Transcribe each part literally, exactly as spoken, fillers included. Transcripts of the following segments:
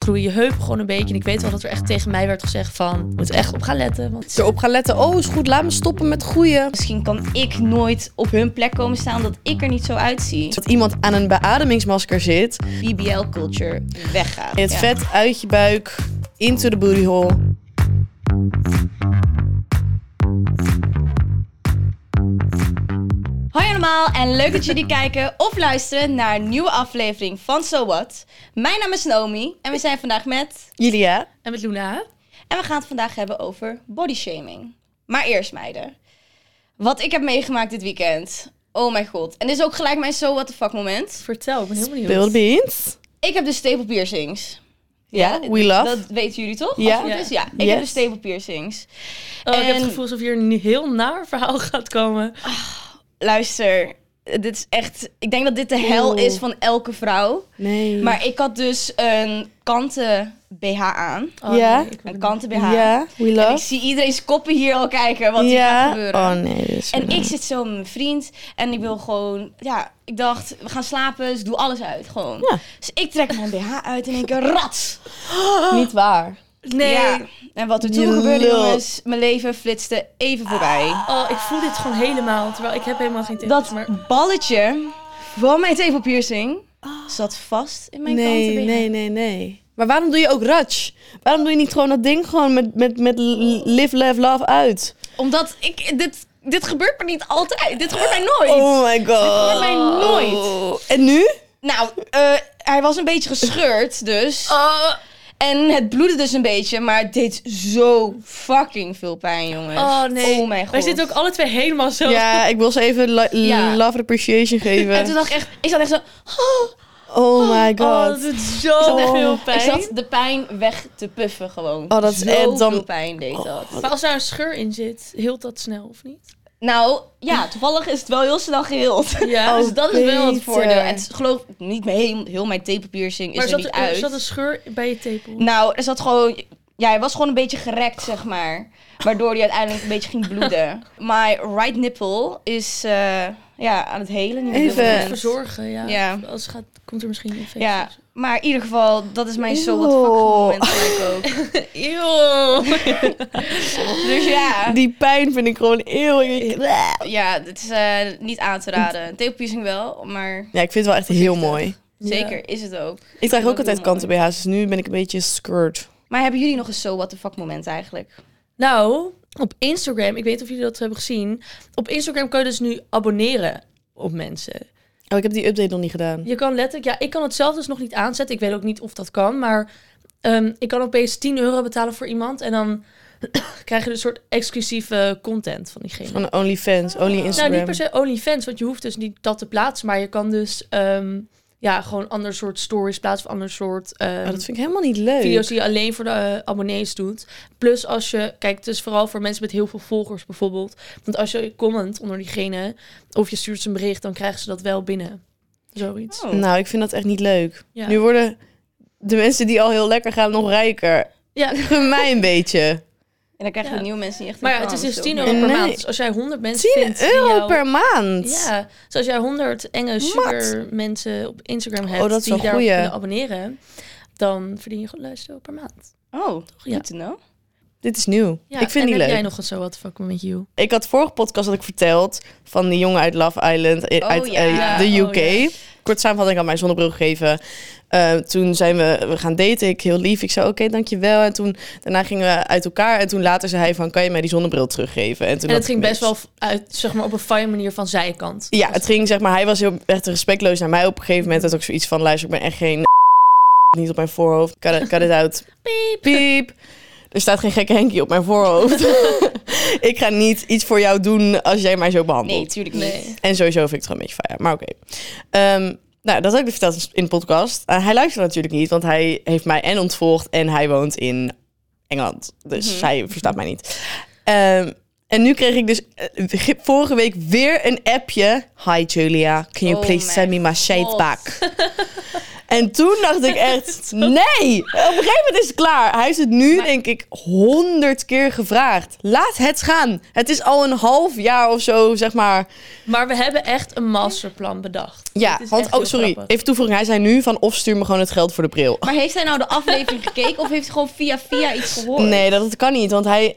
groeien je heup gewoon een beetje. En ik weet wel dat er echt tegen mij werd gezegd van... moet echt op gaan letten. Want... Erop gaan letten. Oh, is goed, laat me stoppen met groeien. Misschien kan ik nooit op hun plek komen staan dat ik er niet zo uitzie. Dat iemand aan een beademingsmasker zit. B B L-culture weggaat. Het ja. vet uit je buik, into the booty hole. Hoi allemaal en leuk dat jullie kijken of luisteren naar een nieuwe aflevering van So What. Mijn naam is Naomi en we zijn vandaag met... Julia. En met Luna. En we gaan het vandaag hebben over bodyshaming. Maar eerst meiden, wat ik heb meegemaakt dit weekend. Oh mijn god. En dit is ook gelijk mijn So What the fuck moment. Vertel, ik ben heel benieuwd. Spill the beans. Ik heb de Ja, stapelpiercings. Ja, we love. Dat weten jullie toch? Ja. Als het goed is? Ja, ik Yes. heb de stapelpiercings. Oh, ik heb En- het gevoel alsof hier een heel naar verhaal gaat komen. Luister, dit is echt... Ik denk dat dit de hel Oeh. is van elke vrouw. Nee. Maar ik had dus een kanten B H aan. Oh, Ja? nee, ik wil Een het kanten B H. Ja, we En ik love. zie iedereen's koppen hier al kijken wat hier Ja. gaat gebeuren. Oh nee, dit is En ik zit zo met mijn vriend en ik wil gewoon... Ja, ik dacht, we gaan slapen, dus ik doe alles uit gewoon. Ja. Dus ik trek mijn B H uit en ik rats. niet waar. niet. Nee. Ja. En wat er Je toen gebeurde, lult. jongens, mijn leven flitste even voorbij. Oh, ik voel dit gewoon helemaal. Terwijl ik heb helemaal geen tepels. Dat Maar... balletje van mijn tepelpiercing zat vast in mijn Nee, kanten B H. nee, nee, nee. Maar waarom doe je ook ratch? Waarom doe je niet gewoon dat ding gewoon met, met, met live, laugh, love uit? Omdat ik... Dit, dit gebeurt me niet altijd. Dit gebeurt mij nooit. Oh my god. Dit gebeurt mij nooit. En nu? Nou, eh, hij was een beetje gescheurd dus. Oh, En het bloedde dus een beetje, maar het deed zo fucking veel pijn, jongens. oh nee. Oh mijn god. Wij zitten ook alle twee helemaal zo. Ja, ik wil ze even li- Ja. love appreciation geven. En toen dacht ik echt... Ik zat echt zo... Oh, Oh my Oh, god. dat doet ik zo zat echt veel pijn. Ik zat de pijn weg te puffen gewoon. Oh, dat is zo echt dan- veel pijn deed dat. Maar als daar een scheur in zit, heelt dat snel of niet? Nou, ja, toevallig is het wel heel snel geheeld. Ja. Oh, Dus dat is wel het beter. voordeel. En het is, geloof niet mijn heel, heel mijn tepelpiercing is Maar er zat niet er, uit. zat een scheur bij je tepel? Nou, er zat gewoon... Ja, hij was gewoon een beetje gerekt, zeg maar. Waardoor hij uiteindelijk een beetje ging bloeden. My right nipple is uh, ja, aan het helen. Nu op dit Even- moment. Verzorgen, ja. Ja. Als het gaat, komt er misschien een infectie. Ja, of zo. maar in ieder geval, dat is mijn Eeuw. so what the fuck moment gelijk ook. Eeuw. Dus ja, Die pijn vind ik gewoon eeuwig. ja, het is uh, niet aan te raden. Een tepelpiercing wel, maar Ja, ik vind het wel echt heel mooi. zeker Ja. is het ook. Ik draag Dat ook altijd heel mooi. kanten B H's, dus nu ben ik een beetje skirt. Maar hebben jullie nog een so what the fuck moment eigenlijk? Nou, op Instagram, ik weet niet of jullie dat hebben gezien. Op Instagram kun je dus nu abonneren op mensen. Oh, ik heb die update nog niet gedaan. Je kan letterlijk, ja, ik kan het zelf dus nog niet aanzetten. Ik weet ook niet of dat kan, maar um, ik kan opeens tien euro betalen voor iemand. En dan krijg je dus een soort exclusieve content van diegene. Van OnlyFans, Only Nou, Instagram. niet per se OnlyFans, want je hoeft dus niet dat te plaatsen. Maar je kan dus um, ja, gewoon ander soort stories plaatsen of ander soort um, Oh, dat vind ik helemaal niet leuk. video's die je alleen voor de uh, abonnees doet. Plus als je, kijk, het is vooral voor mensen met heel veel volgers bijvoorbeeld. Want als je comment onder diegene of je stuurt ze een bericht, dan krijgen ze dat wel binnen. Zoiets. Oh. Nou, ik vind dat echt niet leuk. Ja. Nu worden de mensen die al heel lekker gaan nog rijker. Ja. Gun mij een beetje. En dan krijgen Ja. de nieuwe mensen niet echt Maar ja, een het is kans, dus of tien niet? euro per Nee. maand. Dus als jij honderd mensen tien vindt die euro jou... per maand? Ja, dus als jij honderd enge sugar mensen op Instagram hebt Oh, dat is die wel daarop goeie. kunnen abonneren, dan verdien je gewoon duizend euro per maand. Oh, Ja. good to know. Dit is nieuw. Ja, ik vind en die heb leuk. jij nog een zo wat fuck met you? Ik had vorige podcast had ik verteld van die jongen uit Love Island eh, Oh, uit ja. eh, Ja, de U K. oh, ja. Kort samenvatting aan mijn zonnebril gegeven. Uh, toen zijn we, we gaan daten. Ik heel lief. Ik zei oké, okay, dankjewel. En toen daarna gingen we uit elkaar. En toen later zei hij van, kan je mij die zonnebril teruggeven? En, toen En had het ging ik best wel uit, zeg maar, op een fijne manier van zijkant. Ja, het ging zeg maar, hij was heel echt respectloos naar mij op een gegeven moment. Dat ook zoiets van, luister, ik ben echt geen niet op mijn voorhoofd. Cut it, cut it out. Piep. Piep. Er staat geen gekke Henkie op mijn voorhoofd. Ik ga niet iets voor jou doen als jij mij zo behandelt. Nee, tuurlijk niet. Nee. En sowieso vind ik het gewoon een beetje fijn. Maar oké. Okay. Um, nou, dat had ik verteld in de podcast. Uh, hij luistert natuurlijk niet, want hij heeft mij en ontvolgd en hij woont in Engeland. Dus Mm-hmm. hij verstaat mij niet. Um, en nu kreeg ik dus uh, vorige week weer een appje. Hi Julia, can you Oh please mijn send me my shades God. back? En toen dacht ik echt, nee, op een gegeven moment is het klaar. Hij heeft het nu, Maar- denk ik, honderd keer gevraagd. Laat het gaan. Het is al een half jaar of zo, zeg maar. Maar we hebben echt een masterplan bedacht. Ja, Het is want, echt oh, heel sorry, grappig. even toevoeging. Hij zei nu van, of stuur me gewoon het geld voor de bril. Maar heeft hij nou de aflevering gekeken of heeft hij gewoon via via iets gehoord? Nee, dat, dat kan niet, want hij,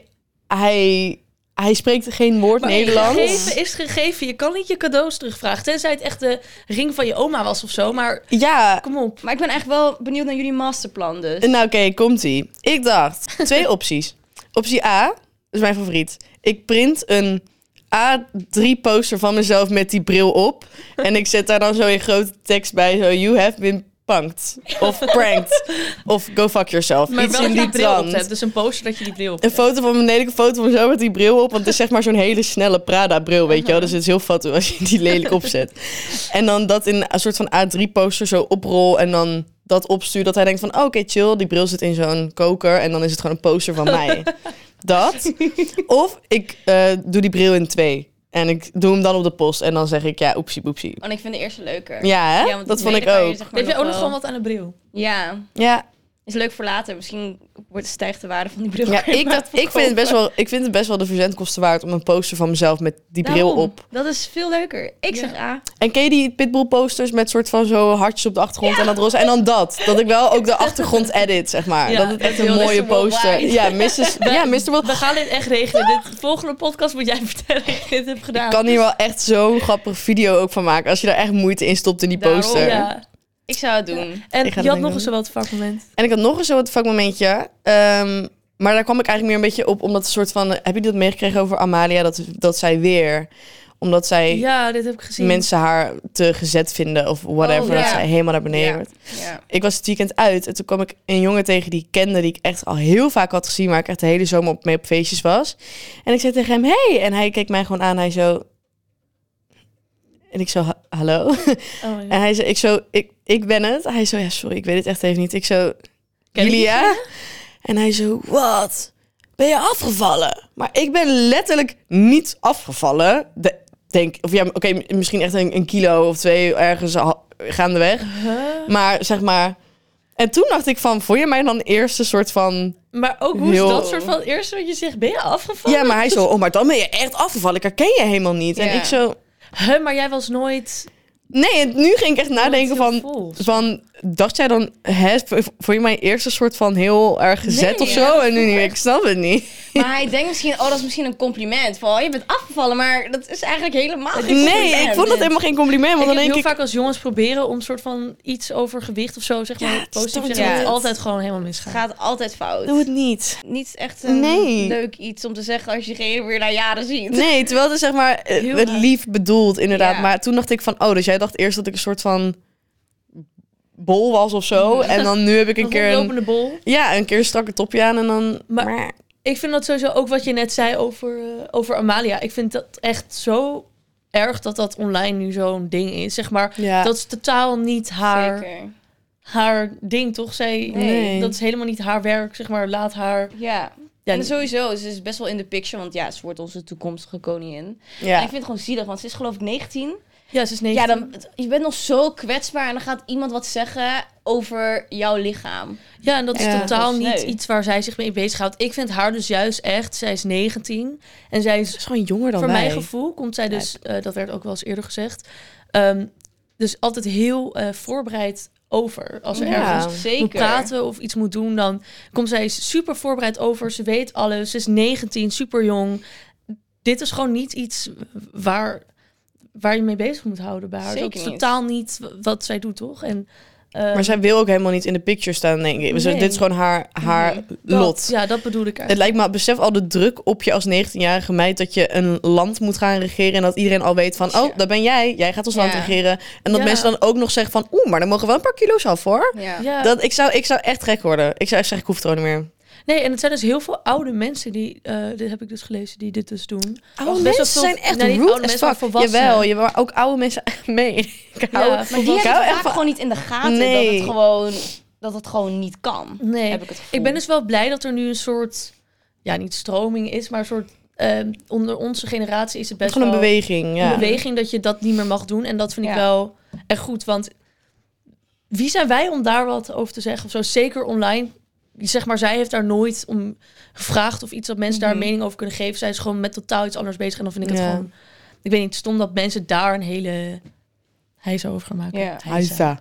hij, hij spreekt geen woord Maar Nederlands. gegeven is gegeven. Je kan niet je cadeaus terugvragen. Tenzij het echt de ring van je oma was of zo. Maar Ja, kom op. Maar ik ben echt wel benieuwd naar jullie masterplan dus. nou oké, komt-ie. Ik dacht, twee opties. Optie A, dat is mijn favoriet. Ik print een A drie poster van mezelf met die bril op. En ik zet daar dan zo in grote tekst bij. Zo, you have been punked. Of pranked. Of go fuck yourself. Maar Iets wel in dat je die die bril op trant. hebt. Dus een poster dat je die bril op Een hebt. foto van mijn lelijke foto van mezelf met die bril op. Want het is zeg maar zo'n hele snelle Prada-bril, weet je wel. Dus het is heel foto als je die lelijk opzet. En dan dat in een soort van A drie poster zo oprol. En dan dat opstuur. Dat hij denkt van, oh, oké, chill. Die bril zit in zo'n koker. En dan is het gewoon een poster van mij. Dat. Of ik uh, doe die bril in twee. En ik doe hem dan op de post. En dan zeg ik, ja, oepsie boepsie. Want ik vind de eerste leuker. Ja, hè? Ja, want Dat die vond ik tweede kan je, ook. zeg maar, Heb je ook nog wel- gewoon wat aan de bril? Ja, Ja, is leuk voor later. Misschien wordt, stijgt de waarde van die bril. ja Kan je ik, maar dacht, ik, vind het best wel, ik vind het best wel de verzendkosten waard om een poster van mezelf met die bril Daarom. op. Dat is veel leuker. Ik Ja. zeg A. En ken je die Pitbull posters met soort van zo hartjes op de achtergrond en dat roze? En dan dat. Dat ik wel ook de achtergrond edit, zeg maar. Ja, dat het echt heel een mooie mister poster. Worldwide. Ja, missus Ja, mister World. We gaan dit echt regelen. Dit volgende podcast moet jij vertellen dat je dit hebt gedaan. Ik kan hier wel echt zo'n grappige video ook van maken. Als je daar echt moeite in stopt in die Daarom, poster. Ja. Ik zou het doen. En Ik ga dat je had denk nog ik eens een wat vakmoment. En ik had nog eens zo'n vakmomentje. Um, maar daar kwam ik eigenlijk meer een beetje op. Omdat een soort van... Heb je dat meegekregen over Amalia? Dat, dat zij weer... Omdat zij Ja, dit heb ik gezien. mensen haar te gezet vinden of whatever. Oh, Dat ja. zij helemaal naar beneden Ja. wordt. Ja. Ik was het weekend uit en toen kwam ik een jongen tegen die ik kende, die ik echt al heel vaak had gezien, waar ik echt de hele zomer op mee op feestjes was. En ik zei tegen hem, hey, en hij keek mij gewoon aan, hij zo... En ik zo, "Ha- hallo? Oh my God. En hij zo, ik zo, ik, ik ben het. Hij zo, ja, sorry, ik weet het echt even niet. Ik zo, Ken ik Julia? En hij zo, wat? Ben je afgevallen? Maar ik ben letterlijk niet afgevallen. De, denk, of ja, oké, m- misschien echt een, een kilo of twee ergens ha- gaandeweg. Huh? Maar zeg maar... En toen dacht ik van, vond je mij dan eerst een soort van... Maar ook hoe is Heel- dat soort van het eerste wat je zegt? Ben je afgevallen? Ja, maar hij zo, oh, maar dan ben je echt afgevallen. Ik herken je helemaal niet. En Ja. ik zo... Huh, maar jij was nooit... Nee, en nu ging ik echt nadenken nooit heel van... vol. van dacht jij dan, hè, v- vond je mij eerst een soort van heel erg gezet Nee, of ja, zo? dat En nu, voel ik ik snap het niet. Maar hij denkt misschien, oh, dat is misschien een compliment. Van, oh, je bent afgevallen, maar dat is eigenlijk helemaal geen Nee, compliment. ik vond dat helemaal geen compliment. Want Ik dan heb denk heel ik, vaak als jongens proberen om soort van iets over gewicht of zo, zeg maar, Ja, het positief stond zeggen, dat het het. altijd gewoon helemaal misgaat. Het gaat altijd fout. doe het niet. Niet echt een Nee. leuk iets om te zeggen als je diegene weer na jaren ziet. Nee, terwijl het is zeg maar eh, Heel het raar. lief bedoeld, inderdaad. Ja. Maar toen dacht ik van, oh, dus jij dacht eerst dat ik een soort van bol was of zo. En dan nu heb ik een Een keer een, rondlopende bol. ja, een keer een strakke topje aan en dan... Maar- Ik vind dat sowieso ook wat je net zei over, eh, over Amalia. Ik vind dat echt zo erg dat dat online nu zo'n ding is. Zeg maar, Ja. dat is totaal niet haar, Zeker. haar ding, toch? Zij, Nee. Dat is helemaal niet haar werk, zeg maar. Laat haar... Ja. Ja, En sowieso, ze is best wel in de picture, want ja, ze wordt onze toekomstige koningin. En ja. ik vind het gewoon zielig, want ze is geloof ik negentien. ja, ze is negentien. Ja, dan, je bent nog zo kwetsbaar en dan gaat iemand wat zeggen over jouw lichaam. Ja, en dat is Ja. totaal Dat is niet sneu. iets waar zij zich mee bezighoudt. Ik vind haar dus juist echt, zij is negentien. En zij Ze is, is gewoon jonger dan voor wij. mijn gevoel, komt zij dus, eh, dat werd ook wel eens eerder gezegd, ehm, dus altijd heel eh, voorbereid over. Als er Ja. ergens Zeker. moet praten of iets moet doen, dan komt zij super voorbereid over. Ze weet alles, ze is negentien, super jong. Dit is gewoon niet iets waar, waar je mee bezig moet houden bij haar. Zeker dat is niet. totaal niet wat zij doet, toch? En, ehm, Maar zij wil ook helemaal niet in de picture staan, denk ik. Dus Nee. dit is gewoon haar, haar Mhm. dat- lot. Ja, dat bedoel ik Het eigenlijk. lijkt me, besef al de druk op je als negentienjarige meid dat je een land moet gaan regeren en dat iedereen al weet van, oh, Ja. dat ben jij, jij gaat ons land Ja. regeren. En dat Ja. mensen dan ook nog zeggen van, oeh, maar dan mogen wel een paar kilo's af, hoor. Ja. Ja. Dat, ik, zou, ik zou echt gek worden. Ik zou echt zeggen, ik hoef het gewoon niet meer. Nee, en het zijn dus heel veel oude mensen die, eh, dit heb ik dus gelezen, die dit dus doen. Oude best wel mensen veel- zijn echt nee, niet rude oude as mensen, maar fuck. volwassenen. Jawel, je maar ook oude mensen echt mee. Ik hou, Ja, Maar die ik hebben hou het echt vaak van- gewoon niet in de gaten Nee. dat het gewoon dat het gewoon niet kan. Nee, Heb ik het gevoel. ik ben dus wel blij dat er nu een soort, ja, niet stroming is, maar een soort, ehm, onder onze generatie is het best gewoon een wel beweging, ja. een beweging dat je dat niet meer mag doen. En dat vind ik Ja. wel echt goed, want wie zijn wij om daar wat over te zeggen? Of zo, zeker online. Zeg maar, zij heeft daar nooit om gevraagd of iets dat mensen Mm-hmm. daar een mening over kunnen geven. Zij is gewoon met totaal iets anders bezig. En dan vind ik het Ja. gewoon... Ik weet niet, stom dat mensen daar een hele hijs over gaan maken. Ja. Huiza.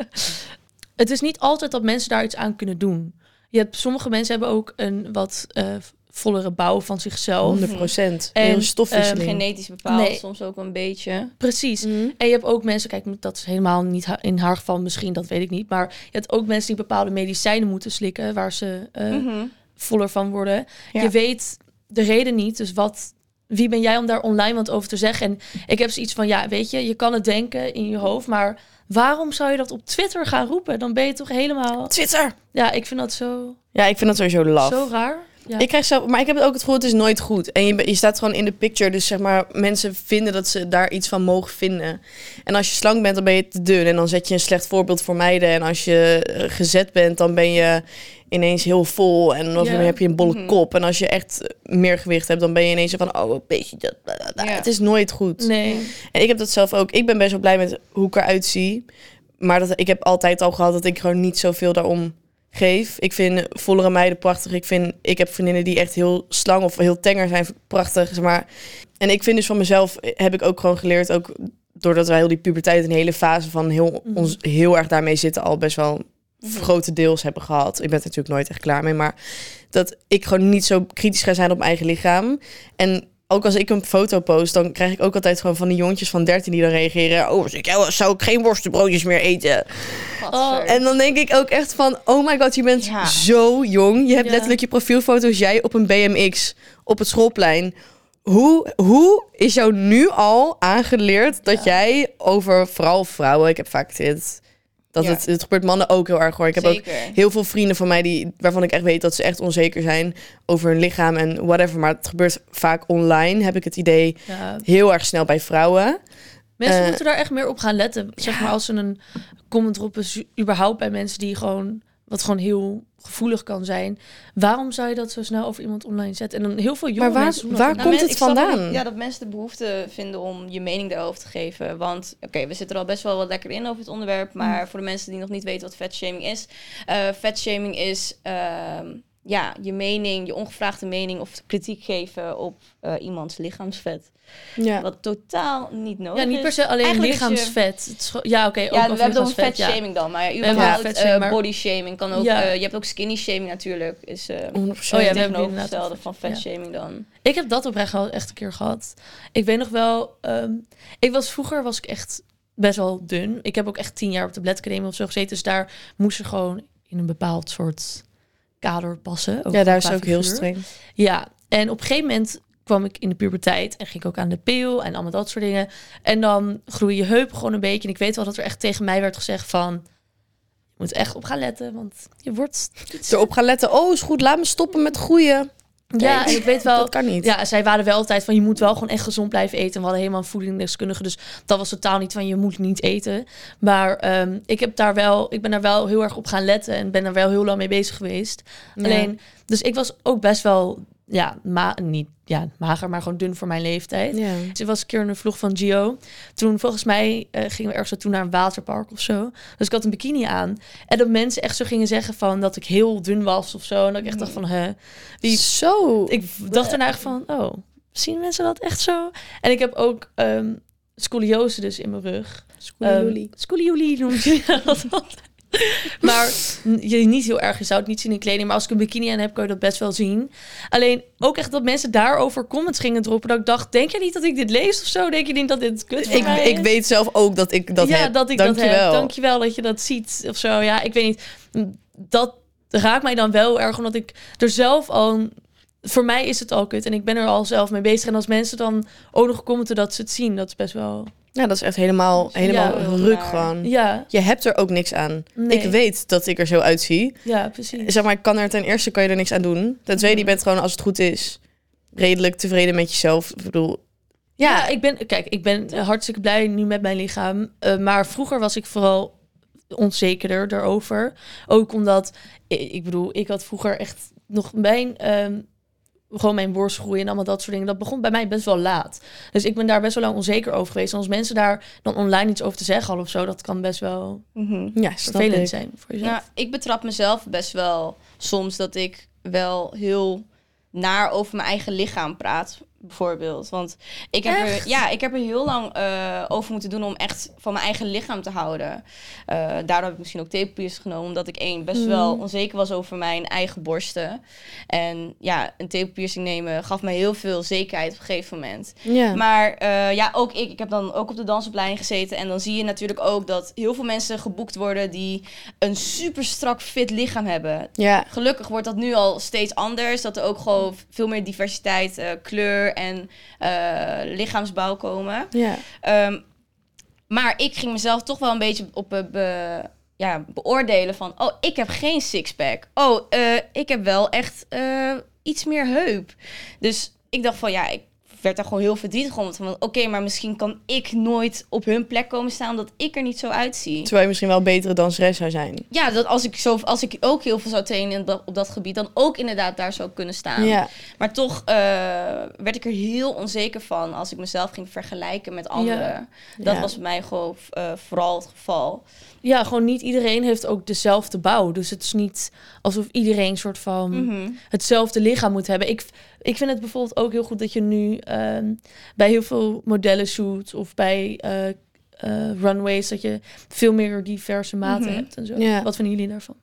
Het is niet altijd dat mensen daar iets aan kunnen doen. Je hebt, sommige mensen hebben ook een wat uh, vollere bouw van zichzelf. honderd procent. En, Heel stofwisseling. Genetisch bepaald, Nee. soms ook een beetje. Precies. Mhm. En je hebt ook mensen, kijk, dat is helemaal niet ha- in haar geval misschien, dat weet ik niet. Maar je hebt ook mensen die bepaalde medicijnen moeten slikken, waar ze uh, Mm-hmm. voller van worden. Ja. Je weet de reden niet, dus wat... Wie ben jij om daar online wat over te zeggen? En ik heb zoiets van, ja, weet je, je kan het denken in je hoofd, maar waarom zou je dat op Twitter gaan roepen? Dan ben je toch helemaal... Twitter! Ja, ik vind dat zo, Ja, ik vind dat sowieso laf. zo raar. Ja. Ik krijg zelf, maar ik heb het ook het gevoel, het is nooit goed. En je, be- je staat gewoon in de picture, dus zeg maar, mensen vinden dat ze daar iets van mogen vinden. En als je slank bent, dan ben je te dun. En dan zet je een slecht voorbeeld voor meiden. En als je eh, gezet bent, dan ben je ineens heel vol. En of Ja. dan heb je een bolle Mhm. kop. En als je echt meer gewicht hebt, dan ben je ineens zo van, oh, een beetje dat. bla, bla, bla. Ja. Het is nooit goed. Nee. En ik heb dat zelf ook. Ik ben best wel blij met hoe ik eruit zie. Maar dat, ik heb altijd al gehad dat ik gewoon niet zoveel daarom geef. Ik vind vollere meiden prachtig. Ik, vind, ik heb vriendinnen die echt heel slang of heel tenger zijn. Prachtig, zeg maar. En ik vind dus van mezelf, heb ik ook gewoon geleerd, ook doordat wij heel die puberteit, een hele fase van heel, Mhm. ons heel erg daarmee zitten, al best wel Mhm. grote deels hebben gehad. Ik ben er natuurlijk nooit echt klaar mee, maar dat ik gewoon niet zo kritisch ga zijn op mijn eigen lichaam. En ook als ik een foto post, dan krijg ik ook altijd gewoon van die jongetjes van dertien die dan reageren. Oh, als ik jou was, zou ik geen worstenbroodjes meer eten. Gadver. En dan denk ik ook echt van, oh my god, je bent Ja. zo jong. Je hebt Ja. letterlijk je profielfoto's, jij op een B M X, op het schoolplein. Hoe, hoe is jou nu al aangeleerd dat Ja. jij over, vooral vrouwen, ik heb vaak dit, dat Ja. het, het gebeurt mannen ook heel erg hoor. Ik heb ook Zeker. heel veel vrienden van mij die, waarvan ik echt weet dat ze echt onzeker zijn over hun lichaam en whatever. Maar het gebeurt vaak online, heb ik het idee, Ja. heel erg snel bij vrouwen. Mensen Eh, moeten daar echt meer op gaan letten. Zeg maar als ze een comment droppen, z- überhaupt bij mensen die gewoon, wat gewoon heel gevoelig kan zijn. Waarom zou je dat zo snel over iemand online zetten? En dan heel veel jonge Maar waar- mensen doen dat waar ook. komt men- het ik snap vandaan? ook niet- Ja, dat mensen de behoefte vinden om je mening daarover te geven. Want, oké, we zitten er al best wel wat lekker in over het onderwerp. Maar Mm. voor de mensen die nog niet weten wat fatshaming is. eh fatshaming is, ehm, ja, je mening, je ongevraagde mening of kritiek geven op eh, iemands lichaamsvet. Ja. Wat totaal niet nodig Ja, is. niet per se alleen Eigenlijk is je- lichaamsvet. Het is gewoon- ja, oké, ook Ja, over we hebben het over lichaamsvet, ja. fatshaming dan. Maar hebben überhaupt ja, eh, fatshaming, maar- body shaming kan ook. Ja. eh, je hebt ook skinny shaming natuurlijk. Is eh honderd procent. Oh ja, we hebben tegenovergestelde inderdaad van over- fatshaming dan. Ik heb dat oprecht wel echt een keer gehad. Ik weet nog wel, ehm, ik was vroeger was ik echt best wel dun. Ik heb ook echt tien jaar op de tabletacademie of zo gezeten. Dus daar moest je gewoon in een bepaald soort kader passen. Ja, daar is qua het ook heel figuur. streng. Ja, en op een gegeven moment kwam ik in de puberteit en ging ik ook aan de pil en allemaal dat soort dingen. En dan groeien je heupen gewoon een beetje. En ik weet wel dat er echt tegen mij werd gezegd van, je moet echt op gaan letten, want je wordt... Erop gaan letten. Oh, is goed, laat me stoppen met groeien. Ja, Kijk, en ik weet wel... Dat kan niet. Ja, zij waren wel altijd van, je moet wel gewoon echt gezond blijven eten. En we hadden helemaal een voedingsdeskundige, dus dat was totaal niet van, je moet niet eten. Maar ehm, ik, heb daar wel, ik ben daar wel heel erg op gaan letten en ben daar wel heel lang mee bezig geweest. Ja. Alleen, dus ik was ook best wel, ja, ma niet ja, mager, maar gewoon dun voor mijn leeftijd. Ja. Dus ik was een keer in een vlog van Gio. Toen, volgens mij, eh, gingen we ergens naartoe naar een waterpark of zo. Dus ik had een bikini aan. En dat mensen echt zo gingen zeggen van dat ik heel dun was of zo. En dat ik echt dacht van, hè, wie... Zo. Ik dacht daarna echt van, oh, zien mensen dat echt zo? En ik heb ook ehm scoliose dus in mijn rug. Scoolieloelie. Um, Scoliolie noemt je dat altijd. Maar n- je niet heel erg, je zou het niet zien in kleding. Maar als ik een bikini aan heb, kan je dat best wel zien. Alleen ook echt dat mensen daarover comments gingen droppen. Dat ik dacht, denk je niet dat ik dit lees of zo? Denk je niet dat dit kut voor ik, mij ik is? weet zelf ook dat ik dat ja, heb. dat ik Dankjewel. dat heb. Dankjewel dat je dat ziet of zo. Ja, ik weet niet. Dat raakt mij dan wel erg, omdat ik er zelf al... Voor mij is het al kut en ik ben er al zelf mee bezig. En als mensen dan ook nog commenten dat ze het zien, dat is best wel... Ja, dat is echt helemaal, helemaal heel ruk raar. gewoon. Ja, Je hebt er ook niks aan. Nee. Ik weet dat ik er zo uitzie. ja, precies. Zeg maar, ik kan er ten eerste kan je er niks aan doen. Ten tweede, je bent gewoon, als het goed is, redelijk tevreden met jezelf. Ik bedoel, Ja, ja, ik ben, kijk, ik ben hartstikke blij nu met mijn lichaam. Uh, maar vroeger was ik vooral onzekerder daarover. Ook omdat, ik, ik bedoel, ik had vroeger echt nog mijn... Um, gewoon mijn borstgroei en allemaal dat soort dingen. Dat begon bij mij best wel laat. Dus ik ben daar best wel lang onzeker over geweest. En als mensen daar dan online iets over te zeggen hadden of zo, dat kan best wel Mm-hmm. Ja, snap vervelend ik. zijn voor jezelf. Nou, ik betrap mezelf best wel soms dat ik wel heel naar over mijn eigen lichaam praat, bijvoorbeeld. Want ik heb, er, ja, ik heb er heel lang uh, over moeten doen om echt van mijn eigen lichaam te houden. Uh, daardoor heb ik misschien ook tapepiers genomen, omdat ik één best Mm. wel onzeker was over mijn eigen borsten. En ja, een tapepiercing nemen gaf me heel veel zekerheid op een gegeven moment. Ja. Maar uh, ja, ook ik. Ik heb dan ook op de dansopleiding gezeten. En dan zie je natuurlijk ook dat heel veel mensen geboekt worden die een super strak fit lichaam hebben. ja. Gelukkig wordt dat nu al steeds anders. Dat er ook gewoon veel meer diversiteit, uh, kleur en uh, lichaamsbouw komen. Ja. Um, maar ik ging mezelf toch wel een beetje op uh, be, ja, beoordelen van... Oh, ik heb geen sixpack. Oh, uh, ik heb wel echt uh, iets meer heup. Dus ik dacht van ja, ik werd daar gewoon heel verdrietig om. Van oké, okay, maar misschien kan ik nooit op hun plek komen staan... dat ik er niet zo uitzie. Terwijl je misschien wel een betere danseres zou zijn. Ja, dat als ik, zo, als ik ook heel veel zou trainen in dat, op dat gebied... dan ook inderdaad daar zou kunnen staan. Ja. Maar toch uh, werd ik er heel onzeker van... als ik mezelf ging vergelijken met anderen. Ja. Dat Ja. was bij mij gewoon uh, vooral het geval. Ja, gewoon niet iedereen heeft ook dezelfde bouw. Dus het is niet alsof iedereen soort van Mm-hmm. hetzelfde lichaam moet hebben. Ik, ik vind het bijvoorbeeld ook heel goed dat je nu um, bij heel veel modellen shoots of bij uh, uh, runways dat je veel meer diverse maten Mm-hmm. hebt en zo. Ja. Wat vinden jullie daarvan?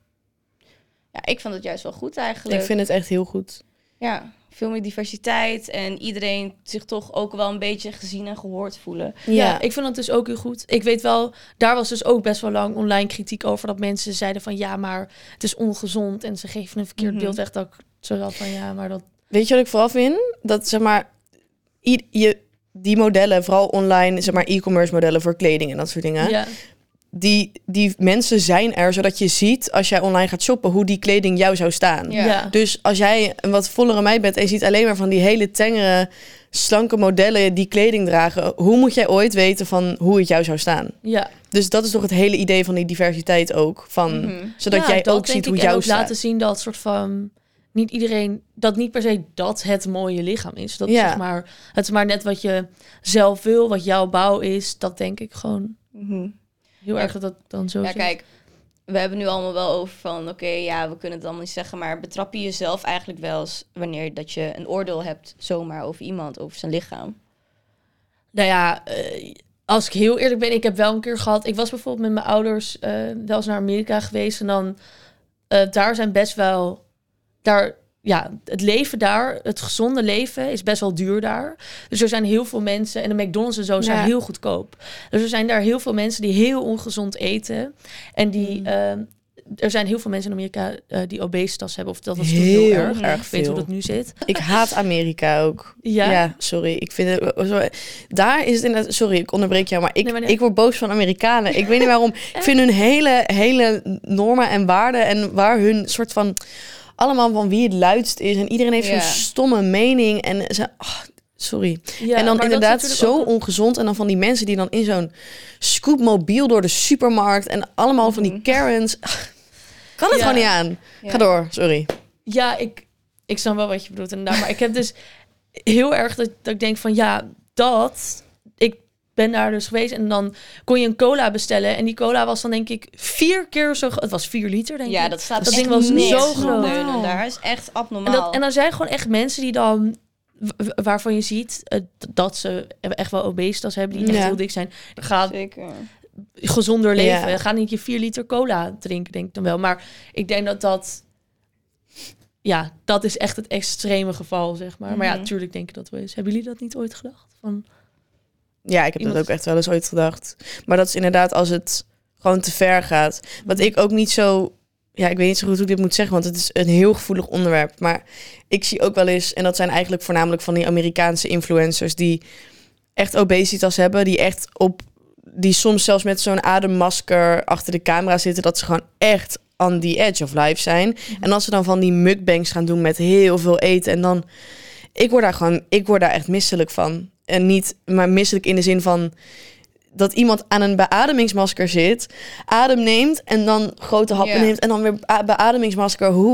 Ja, ik vond het juist wel goed eigenlijk. Ik vind het echt heel goed. Ja, veel meer diversiteit. En iedereen zich toch ook wel een beetje gezien en gehoord voelen. Ja. ja, ik vind dat dus ook heel goed. Ik weet wel, daar was dus ook best wel lang online kritiek over... dat mensen zeiden van ja, maar het is ongezond... en ze geven een verkeerd Mm-hmm. beeld weg. Dat ik zo had van ja, maar dat... Weet je wat ik vooral vind? Dat zeg maar, i- je, die modellen, vooral online, zeg maar e-commerce modellen voor kleding en dat soort dingen. Ja, Die, die mensen zijn er zodat je ziet als jij online gaat shoppen hoe die kleding jou zou staan. Ja. ja. Dus als jij een wat vollere meid bent en je ziet alleen maar van die hele tengere, slanke modellen die kleding dragen, hoe moet jij ooit weten van hoe het jou zou staan? ja. Dus dat is toch het hele idee van die diversiteit ook. Van, Mm-hmm. zodat Ja, jij dat ook denk ziet hoe ik. En jou ook staat. laten zien dat soort van niet iedereen dat niet per se dat het mooie lichaam is. Dat Ja. zeg maar het is maar net wat je zelf wil, wat jouw bouw is. Dat denk ik gewoon Mm-hmm. heel Ja. erg dat dat dan zo Ja, zit. kijk, we hebben nu allemaal wel over van... oké, okay, ja, we kunnen het allemaal niet zeggen... maar betrap je jezelf eigenlijk wel eens... wanneer dat je een oordeel hebt zomaar over iemand, over zijn lichaam? Nou ja, uh, als ik heel eerlijk ben, ik heb wel een keer gehad. Ik was bijvoorbeeld met mijn ouders uh, wel eens naar Amerika geweest en dan uh, daar zijn best wel daar. Ja, het leven daar, het gezonde leven is best wel duur daar. Dus er zijn heel veel mensen... en de McDonald's en zo zijn Ja. heel goedkoop. Dus er zijn daar heel veel mensen die heel ongezond eten. En die... Mm. Uh, er zijn heel veel mensen in Amerika uh, die obesitas hebben. Of dat was toen Heel heel erg. erg Ik weet hoe veel. dat nu zit. Ik haat Amerika ook. Ja? Ja, sorry. Ik vind het, sorry. Daar is het inderdaad... Sorry, ik onderbreek jou, maar ik, Nee, maar nee. ik word boos van Amerikanen. Ik weet niet waarom. Ik vind hun hele, hele normen en waarden en waar hun soort van... allemaal van wie het luidst is. En iedereen heeft Ja. zo'n stomme mening. En ze... oh, sorry. Ja, en dan maar dat is inderdaad natuurlijk zo ook- ongezond. En dan van die mensen die dan in zo'n scootmobiel door de supermarkt... en allemaal van die Mhm. Karens... Kan het Ja. gewoon niet aan. Ja. Ga door, sorry. Ja, ik, ik snap wel wat je bedoelt inderdaad. Maar ik heb dus heel erg dat, dat ik denk van ja, dat... Ik ben daar dus geweest en dan kon je een cola bestellen. En die cola was dan denk ik vier keer zo... Het was vier liter denk Ja, ik. dat staat Dat echt ding was niks zo op groot. neunen daar. is echt En, abnormaal. dat, en dan zijn gewoon echt mensen die dan... w- w- waarvan je ziet uh, dat ze echt wel obesitas hebben. Die echt Ja. heel dik zijn. Ga Zeker. gezonder leven. Ja. Ga niet je vier liter cola drinken, denk ik dan wel. Maar ik denk dat dat... Ja, dat is echt het extreme geval, zeg maar. Maar ja, Mhm. tuurlijk denk ik dat wel eens. Hebben jullie dat niet ooit gedacht? Van, Ja, ik heb Iemand- dat ook echt wel eens ooit gedacht. Maar dat is inderdaad als het gewoon te ver gaat. Wat ik ook niet zo... Ja, ik weet niet zo goed hoe ik dit moet zeggen, want het is een heel gevoelig onderwerp. Maar ik zie ook wel eens, en dat zijn eigenlijk voornamelijk van die Amerikaanse influencers die echt obesitas hebben, die echt op, die soms zelfs met zo'n ademmasker achter de camera zitten, dat ze gewoon echt on the edge of life zijn. En als ze dan van die mukbangs gaan doen met heel veel eten en dan, ik word daar gewoon, ik word daar echt misselijk van. En niet, maar misselijk in de zin van dat iemand aan een beademingsmasker zit, adem neemt en dan grote happen Ja. neemt en dan weer a- beademingsmasker. Hoe,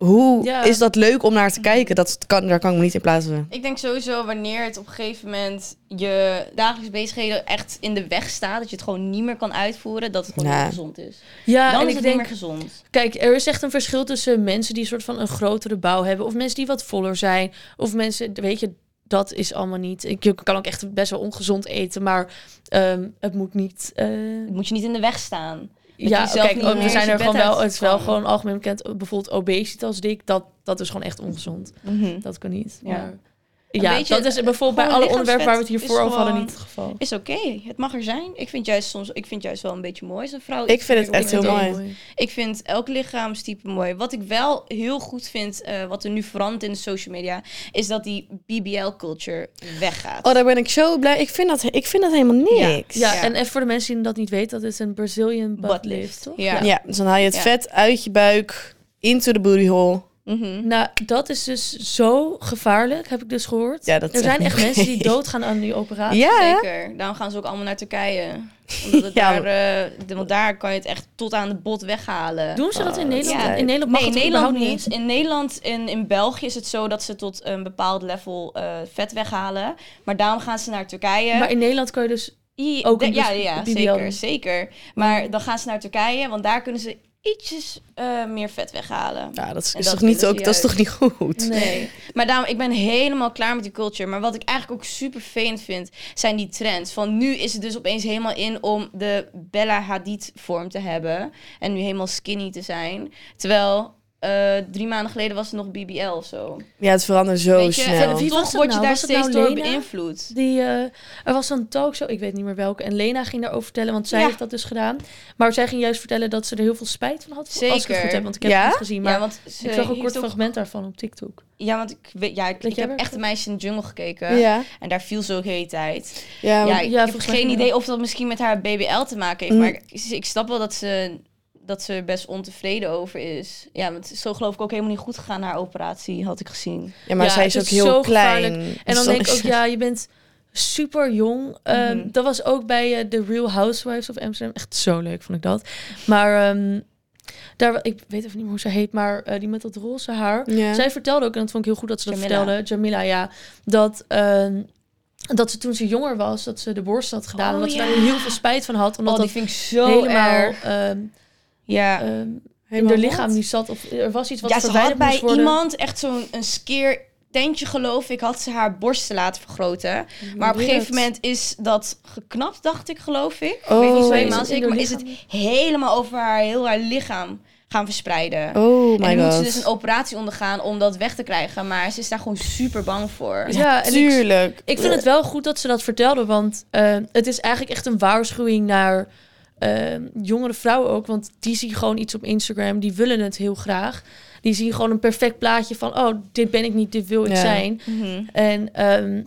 hoe Ja. is dat leuk om naar te kijken? Dat kan, daar kan ik me niet in plaatsen. Ik denk sowieso wanneer het op een gegeven moment je dagelijks bezigheden echt in de weg staat, dat je het gewoon niet meer kan uitvoeren, dat het gewoon Ja. niet gezond is. Ja, Dan en is ik het denk, niet meer gezond. kijk, er is echt een verschil tussen mensen die een soort van een grotere bouw hebben, of mensen die wat voller zijn, of mensen, weet je, dat is allemaal niet. Ik je kan ook echt best wel ongezond eten, maar um, het moet niet. Uh... Het moet je niet in de weg staan. Dat Ja, je zelf kijk, niet ook, meer we zijn uit er je gewoon bed wel. uit Het is wel kan. gewoon algemeen bekend. Bijvoorbeeld obesitas dik, dat dat is gewoon echt ongezond. Mhm. Dat kan niet. Ja. Maar Een ja, beetje, dat is bijvoorbeeld bij gewoon alle onderwerpen waar we het lichaamsvet hiervoor is over hadden gewoon- niet het geval. Is oké, het mag er zijn. Ik vind juist soms, ik vind juist wel een beetje mooi als een vrouw. Ik iets vind het meer echt op- heel Ik vind het mooi. ook Ik vind elk lichaamstype mooi. Wat ik wel heel goed vind, uh, wat er nu verandert in de social media, is dat die B B L-culture weggaat. Oh, daar ben ik zo blij. Ik vind dat, ik vind dat helemaal Ja. niks. Ja, Ja. en even voor de mensen die dat niet weten, dat is een Brazilian butt Butt lift, lift, toch? ja. Ja, dus dan haal je het Ja. vet uit je buik, into the booty hole. Mhm. Nou, dat is dus zo gevaarlijk, heb ik dus gehoord. Ja, dat er is zijn echt echt niet mensen die oké. doodgaan aan die operatie. Ja, hè? Zeker. Daarom gaan ze ook allemaal naar Turkije. Omdat het Ja, daar, uh, de, want daar kan je het echt tot aan de bot weghalen. Doen ze dat in Oh, Nederland? ja. In Nederland mag Nee, in het Nederland überhaupt niet. In Nederland en in België is het zo dat ze tot een bepaald level uh, vet weghalen. Maar daarom gaan ze naar Turkije. Maar in Nederland kan je dus... I- ook de- een ja, dus ja, B B L zeker, doen. zeker. Maar dan gaan ze naar Turkije, want daar kunnen ze ietsjes uh, meer vet weghalen. Ja, dat is, En is dat toch niet willen ook, ze dat is toch niet goed? Nee. Maar daarom, ik ben helemaal klaar met die culture. Maar wat ik eigenlijk ook super vervelend vind, zijn die trends. Van nu is het dus opeens helemaal in om de Bella Hadid vorm te hebben. En nu helemaal skinny te zijn. Terwijl uh, drie maanden geleden was het nog B B L of zo. Ja, het verandert zo Weet je, snel. en Wie toch was dat word je nou? daar Was het steeds nou door Lena? beïnvloed. Die, uh, er was zo'n talkshow, ik weet niet meer welke. En Lena ging daarover vertellen, want zij Ja. heeft dat dus gedaan. Maar zij ging juist vertellen dat ze er heel veel spijt van had. Als ik het Zeker. goed heb, want ik heb Ja? het niet gezien. Maar Ja, want ze ik zag een heeft kort ook- fragment daarvan op TikTok. Ja, want ik, weet, ja, ik, Weet ik jij heb waar echt ik- een meisje in de jungle gekeken. Ja, En daar viel ze ook de hele tijd. ja, Ja, maar- ik ja, heb volgens mij geen wel. idee of dat misschien met haar B B L te maken heeft. Mm. Maar ik, ik snap wel dat ze, dat ze er best ontevreden over is. Ja, want zo geloof ik ook helemaal niet goed gegaan naar haar operatie, had ik gezien. ja, maar Ja, zij is het ook is heel zo klein. gevaarlijk. En Dus dan denk ik is- ook, ja, je bent super jong. Um, Mhm. Dat was ook bij uh, The Real Housewives of Amsterdam. Echt zo leuk vond ik dat. Maar um, daar, ik weet even niet meer hoe ze heet, maar uh, die met dat roze haar. Ja. Zij vertelde ook, en dat vond ik heel goed dat ze dat Jamila. vertelde, Jamila, ja, dat, um, dat ze toen ze jonger was, dat ze de borst had gedaan. Oh, en dat ze ja. daar heel veel spijt van had. Omdat Oh, die dat vind ik zo helemaal erg. um, Ja. um, in Helemaal haar wat? lichaam niet zat. Of er was iets wat ja, ze had verwijderd bij moest worden. iemand echt zo'n een skeer tentje, geloof ik, had ze haar borsten laten vergroten. Maar op een Weird. gegeven moment is dat geknapt, dacht ik, geloof ik. Ik Oh. weet niet zo Is helemaal het in zeker, haar maar is het lichaam? helemaal over haar, heel haar lichaam gaan verspreiden. Oh En my dan moet ze god. dus een operatie ondergaan om dat weg te krijgen. Maar ze is daar gewoon super bang voor. Ja, en ik, Tuurlijk. Ik vind het wel goed dat ze dat vertelde, want uh, het is eigenlijk echt een waarschuwing naar uh, jongere vrouwen ook. Want die zien gewoon iets op Instagram, die willen het heel graag. Die zien gewoon een perfect plaatje van, oh, dit ben ik niet, dit wil ik Ja. zijn. Mhm. En um,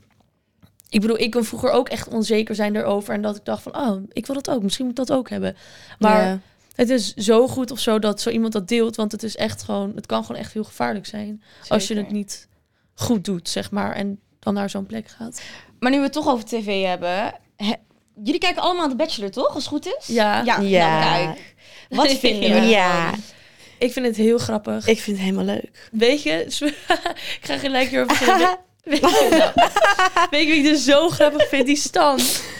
ik bedoel, ik kon vroeger ook echt onzeker zijn erover. En dat ik dacht van, oh, ik wil dat ook. Misschien moet ik dat ook hebben. Maar Ja. het is zo goed of zo dat zo iemand dat deelt. Want het is echt gewoon, het kan gewoon echt heel gevaarlijk zijn. Als je Zeker. het niet goed doet, zeg maar. En dan naar zo'n plek gaat. Maar nu we het toch over tv hebben. he- jullie kijken allemaal The Bachelor, toch? Als het goed is? Ja. Ja, Ja. nou kijk. Wat vinden we Ja, ervan? Ik vind het heel grappig. ik vind het helemaal leuk. Weet je, ik ga gelijk hierover beginnen. Weet je, nou, weet je wie ik dus zo grappig vind? Die Stan.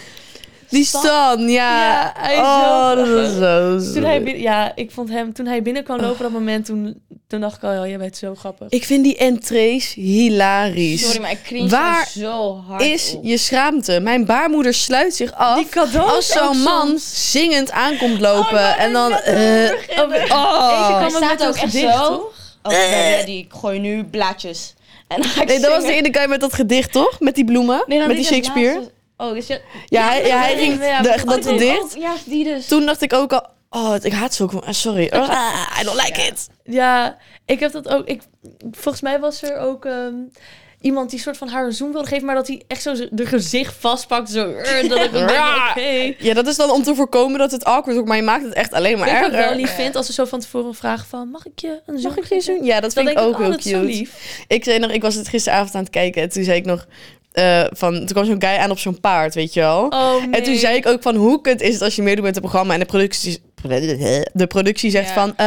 Die Stan, ja. Ja, hij is zo oh, dat grappig. is zo Toen hij sweet. binnen, ja, ik vond hem, toen hij binnenkwam lopen op dat moment, toen, toen dacht ik al, ja, jij bent zo grappig. Ik vind die entrees hilarisch. Sorry, maar ik cringe Waar er zo hard is op. je schaamte? Mijn baarmoeder sluit zich af Die cadeaus als ook zo'n man soms. zingend aankomt lopen. Oh, en dan... ik eh, Oh, oh. Eentje Hij kwam ook staat met ook dat echt gedicht, zo. toch? Oh, nee, nee, die ik gooi nu blaadjes. En dan ga ik Nee, dat was de zingen. ene keer met dat gedicht, toch? Met die bloemen? Nee, dan met die dit is Shakespeare? laatste- Oh, dus je... Ja, hij, ja, hij ging Ja, de- maar dat oh, gedicht. Oh, ja, die dus. Toen dacht ik ook al... Oh, ik haat zulke... ah, Sorry. Ah, I don't like Ja. it. Ja, ik heb dat ook. Ik, volgens mij was er ook um, iemand die soort van haar een zoen wilde geven, maar dat hij echt zo z- de gezicht vastpakt. Zo, uh, dat ik dan denk, oké. Ja, dat is dan om te voorkomen dat het awkward wordt. Maar je maakt het echt alleen maar Weet je wat ik wel erger. lief vind? Als ze zo van tevoren vragen van, mag ik je een zoen Mag ik je geven? zoen? Ja, dat Dan vind denk ik ik, ook oh, heel dat is zo cute. lief. Ik zei nog, ik was het gisteravond aan het kijken en toen zei ik nog... Uh, van, toen kwam zo'n guy aan op zo'n paard, weet je wel. Oh, nee. En toen zei ik ook van, hoe kut is het als je meedoet met het programma en de productie, de productie zegt Ja. van... Uh,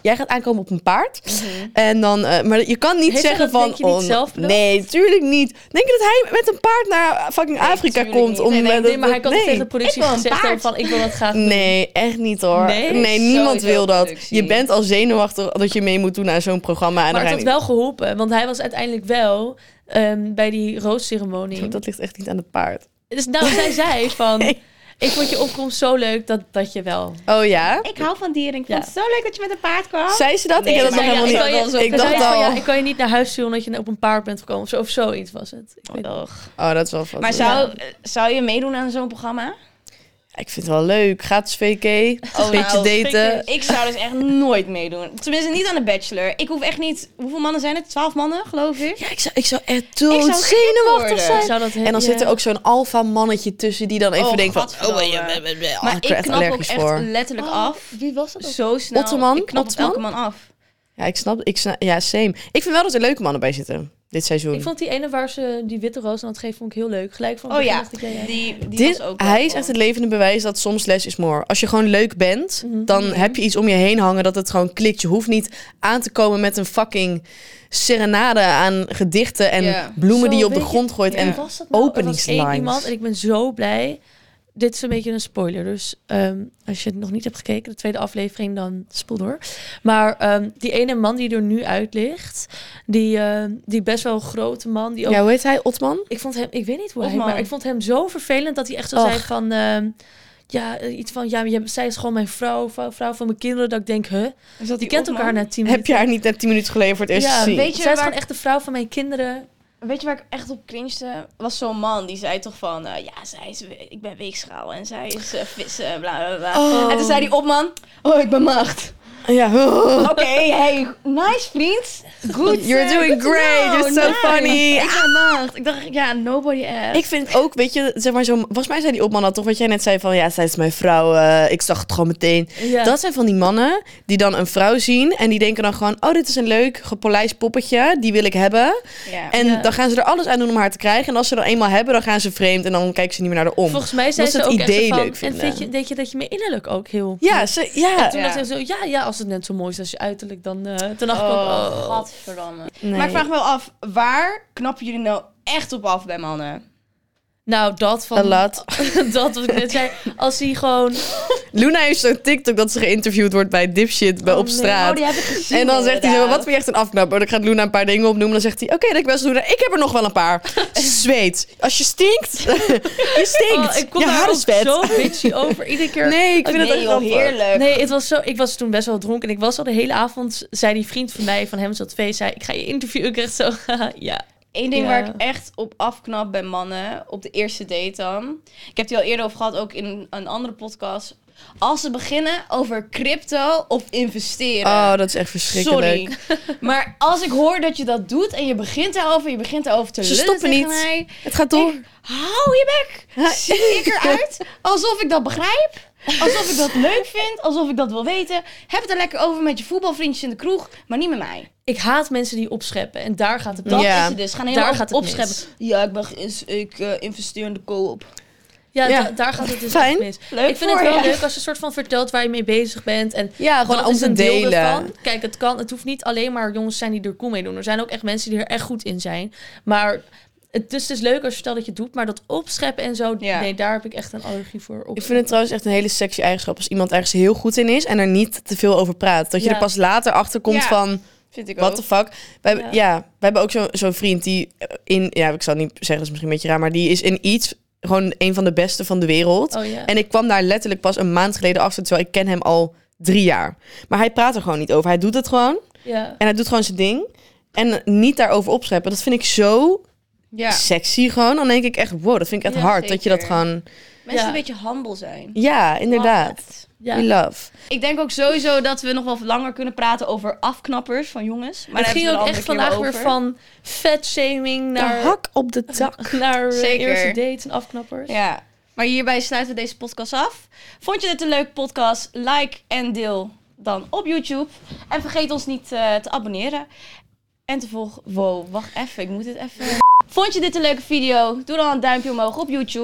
jij gaat aankomen op een paard. Mhm. En dan, uh, maar je kan niet Heeft hij zeggen dat, van... denk je, niet oh, zelf bedacht? nee, tuurlijk niet. Denk je dat hij met een paard naar fucking Nee, Afrika tuurlijk komt? niet. Om Nee, nee, met Nee, het- maar hij kan nee. toch tegen de productie Ik wil een gezegd hebben paard. van ik wil dat graag doen. Nee, echt niet hoor. Nee? Nee, niemand Sowieso wil dat. productie. Je bent al zenuwachtig dat je mee moet doen aan zo'n programma. En Maar dan het ga had je- wel geholpen, want hij was uiteindelijk wel um, bij die roostceremonie. Dat ligt echt niet aan het paard. Dus nou, zij zei van, Nee. ik vond je opkomst zo leuk dat, dat je wel... Oh ja? Ik hou van dieren. Ik Ja. vond het zo leuk dat je met een paard kwam. Zei ze dat? Nee, ik heb dat maar nog ja, helemaal ik niet. kan je- Ik Zij dacht zei van, al. ja, ik kan je niet naar huis sturen omdat je op een paard bent gekomen. Of, zo, of zoiets was het. Ik weet Oh. Oh, dat is wel van. Maar zou, eh, zou je meedoen aan zo'n programma? Ik vind het wel leuk. Gratis V K. Een Oh, beetje nou, daten. Ik zou dus echt nooit meedoen. Tenminste, niet aan de Bachelor. Ik hoef echt niet... Hoeveel mannen zijn het? Twaalf mannen, geloof ik? Ja, ik zou, ik zou echt Ik zou dood gek zenuwachtig worden. zijn. Zou dat En dan ja. zit er ook zo'n alfa mannetje tussen die dan even Oh, denkt van... gadverdamme. Oh, ja, ja, ja, ja. Maar Oh, ik ik word echt knap ook allergisch echt voor. letterlijk Oh, af. Wie was dat? Zo snel. Ottoman? Ik knap op Ottoman? elke man af. Ja, ik snap. Ik snap ja, same. Ik vind wel dat er leuke mannen bij zitten. Dit seizoen. Ik vond die ene waar ze die witte roos aan het geven, vond ik heel leuk. Gelijk van het Oh begin ja, dacht ik, ja, ja. die, die Dit, was ook hij wel is cool. echt het levende bewijs dat soms less is more. Als je gewoon leuk bent, Mhm. dan Mhm. heb je iets om je heen hangen dat het gewoon klikt. Je hoeft niet aan te komen met een fucking serenade aan gedichten en Ja. bloemen die je Zo, op de weet grond gooit. Ja. En Wie was dat nou? Er was openingslines. één iemand en ik ben zo blij. Dit is een beetje een spoiler, dus um, als je het nog niet hebt gekeken, de tweede aflevering, dan spoel door. Maar um, die ene man die er nu uit ligt, die, uh, die best wel grote man, die ook... Ja, hoe heet hij? Otman? Ik vond hem, ik weet niet hoe hij, Otman. maar ik vond hem zo vervelend dat hij echt zo Och. zei van, um, ja, uh, iets van, ja, je, zij is gewoon mijn vrouw, vrouw, vrouw van mijn kinderen. Dat ik denk, huh? Is dat Die kent Otman? elkaar na tien minuten. Heb je haar niet net tien minuten geleden voor het eerst Ja, gezien? weet je zij is waar- gewoon echt de vrouw van mijn kinderen. Weet je waar ik echt op cringede? Was zo'n man die zei toch van... uh, ja, zij is, ik ben weegschaal en zij is uh, vissen, bla bla bla. Oh. En toen zei die opman... Oh, ik ben maagd. Ja. Oké, hey, nice vriend. Good. You're uh, doing good to great. know. You're so Nice. funny. Ik ben maagd. Ik dacht, ja, nobody asked. Ik vind ook, weet je, zeg maar zo... Volgens mij zei die opman al toch wat jij net zei van... Ja, zij is mijn vrouw. uh, ik zag het gewoon meteen. Ja. Dat zijn van die mannen die dan een vrouw zien... en die denken dan gewoon... Oh, dit is een leuk gepolijst poppetje. Die wil ik hebben. Ja. En Ja. dan gaan ze er alles aan doen om haar te krijgen. En als ze er eenmaal hebben, dan gaan ze vreemd... en dan kijken ze niet meer naar de om. Volgens mij zei Dat ze ze het ook echt idee zo van, leuk en vinden. vind je, denk je dat je me innerlijk ook heel... Ja, ze, ja. Toen Ja. dacht ik zo, ja, ja, als het net zo mooi is als je uiterlijk, dan... Uh, toen dacht ik ook, Oh, oh, godverdamme. Nee. Maar ik vraag me wel af, waar knappen jullie nou echt op af bij mannen? nou, dat van... A lot. dat wat ik net zei. Als hij gewoon... Luna heeft zo'n TikTok dat ze geïnterviewd wordt bij Dipshit bij Oh, op nee. straat. Oh, die heb ik gezien. En dan zegt hij zo, inderdaad. wat vind je echt een afknapper? Dan gaat Luna een paar dingen opnoemen. Dan zegt hij, oké, dat ik best Luna. Ik heb er nog wel een paar. Zweet. Als je stinkt, je stinkt. Oh, ik kom je daar haar ook is vet. zo bitchy over. Iedere keer... Nee, ik vind Nee, het echt joh, grappig. heerlijk. Nee, het was zo, ik was toen best wel dronken. En ik was al de hele avond, zei die vriend van mij, van hem zat twee, zei, ik ga je interviewen. Ik echt zo, ja. Eén ding Ja. waar ik echt op afknap bij mannen, op de eerste date dan. Ik heb het hier al eerder over gehad, ook in een andere podcast. Als ze beginnen over crypto of investeren. Oh, dat is echt verschrikkelijk. Sorry. Maar als ik hoor dat je dat doet en je begint daarover, je begint daarover te Ze lullen stoppen tegen niet. mij. Het gaat door. Ik, hou je bek. Zie ik eruit alsof ik dat begrijp? Alsof ik dat leuk vind? Alsof ik dat wil weten? Heb het er lekker over met je voetbalvriendjes in de kroeg, maar niet met mij. Ik haat mensen die opscheppen. En daar gaat het Dat Ja. is het dus. Gaan Daar helemaal gaat het opscheppen. mis. Ja, ik, ben, ge- ik uh, investeer in de koop. Ja, Ja. da- daar gaat het dus Fijn. echt mis. Leuk ik vind voor het wel je. leuk als je een soort van vertelt waar je mee bezig bent. En Ja, gewoon dat om is te een deel delen. ervan. Kijk, het kan. Het hoeft niet alleen maar jongens zijn die er cool mee doen. Er zijn ook echt mensen die er echt goed in zijn. Maar het, dus het is leuk als je vertelt dat je het doet. Maar dat opscheppen en zo, Ja. nee, daar heb ik echt een allergie voor. Ik vind het trouwens echt een hele sexy eigenschap als iemand ergens heel goed in is en er niet te veel over praat. Dat je Ja. er pas later achter komt Ja. van, Vind ik what ook. the fuck. Wij, ja. Ja. ja, wij hebben ook zo- zo'n vriend die in, ja, ik zal niet zeggen, dat is misschien een beetje raar, maar die is in iets gewoon een van de beste van de wereld. Oh ja. En ik kwam daar letterlijk pas een maand geleden achter, terwijl ik ken hem al drie jaar. Maar hij praat er gewoon niet over. Hij doet het gewoon ja. en hij doet gewoon zijn ding. En niet daarover opscheppen. Dat vind ik zo Ja. sexy gewoon. Dan denk ik echt, wow, dat vind ik echt Ja, hard. Dat je dat zeker. gewoon... Mensen Ja. die een beetje humble zijn. Ja, inderdaad. Love it. ja. We love. Ik denk ook sowieso dat we nog wel langer kunnen praten over afknappers van jongens. Maar het daar ging hebben ook we echt een andere vandaag keer weer over. van vetshaming naar, De hak op de tak. naar uh, Zeker. eerste dates en afknappers. Ja, maar hierbij sluiten we deze podcast af. Vond je dit een leuke podcast? Like en deel dan op YouTube. En vergeet ons niet uh, te abonneren. En te volgen... Wow, wacht even. Ik moet dit even... Vond je dit een leuke video? Doe dan een duimpje omhoog op YouTube.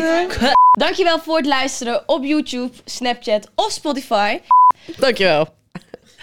Dankjewel voor het luisteren op YouTube, Snapchat of Spotify. Dankjewel.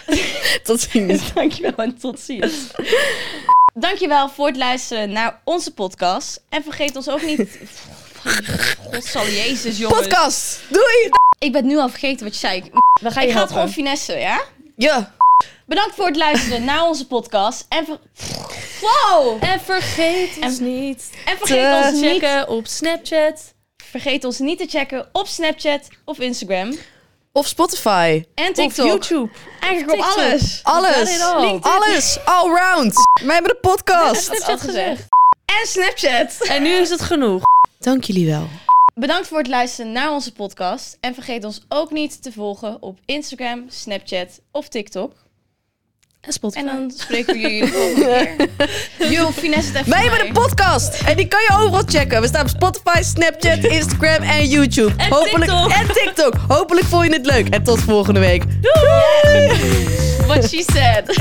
Tot ziens. Dankjewel en tot ziens. Dankjewel voor het luisteren naar onze podcast. En vergeet ons ook niet... Godzal Jezus, jongens. Podcast! Doei! Ik ben nu al vergeten wat je zei. We gaan Ik je ga het helpen. gewoon finessen, ja? Ja. Bedankt voor het luisteren naar onze podcast. En ver... Wow! En vergeet ons En- niet En te vergeet ons, niet, checken op Snapchat. vergeet ons niet te checken op Snapchat of Instagram. Of Spotify. En Of TikTok. YouTube. Eigenlijk op TikTok. alles. Alles. Got it all. Alles. All round. Wij hebben de podcast. Dat is Snapchat al gezegd. En Snapchat. En nu is het genoeg. Dank jullie wel. Bedankt voor het luisteren naar onze podcast. En vergeet ons ook niet te volgen op Instagram, Snapchat of TikTok. En Spotify. En dan spreken we jullie de volgende keer. Yo, finesse het even Wij voor hebben de mij. podcast. En die kan je overal checken. We staan op Spotify, Snapchat, Instagram en YouTube. En Hopelijk, TikTok. En TikTok. Hopelijk vond je het leuk. En tot volgende week. Doei! What she said.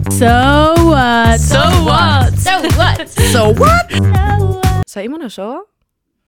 So what? So what? So what? So what? So what? Zei iemand nou zo?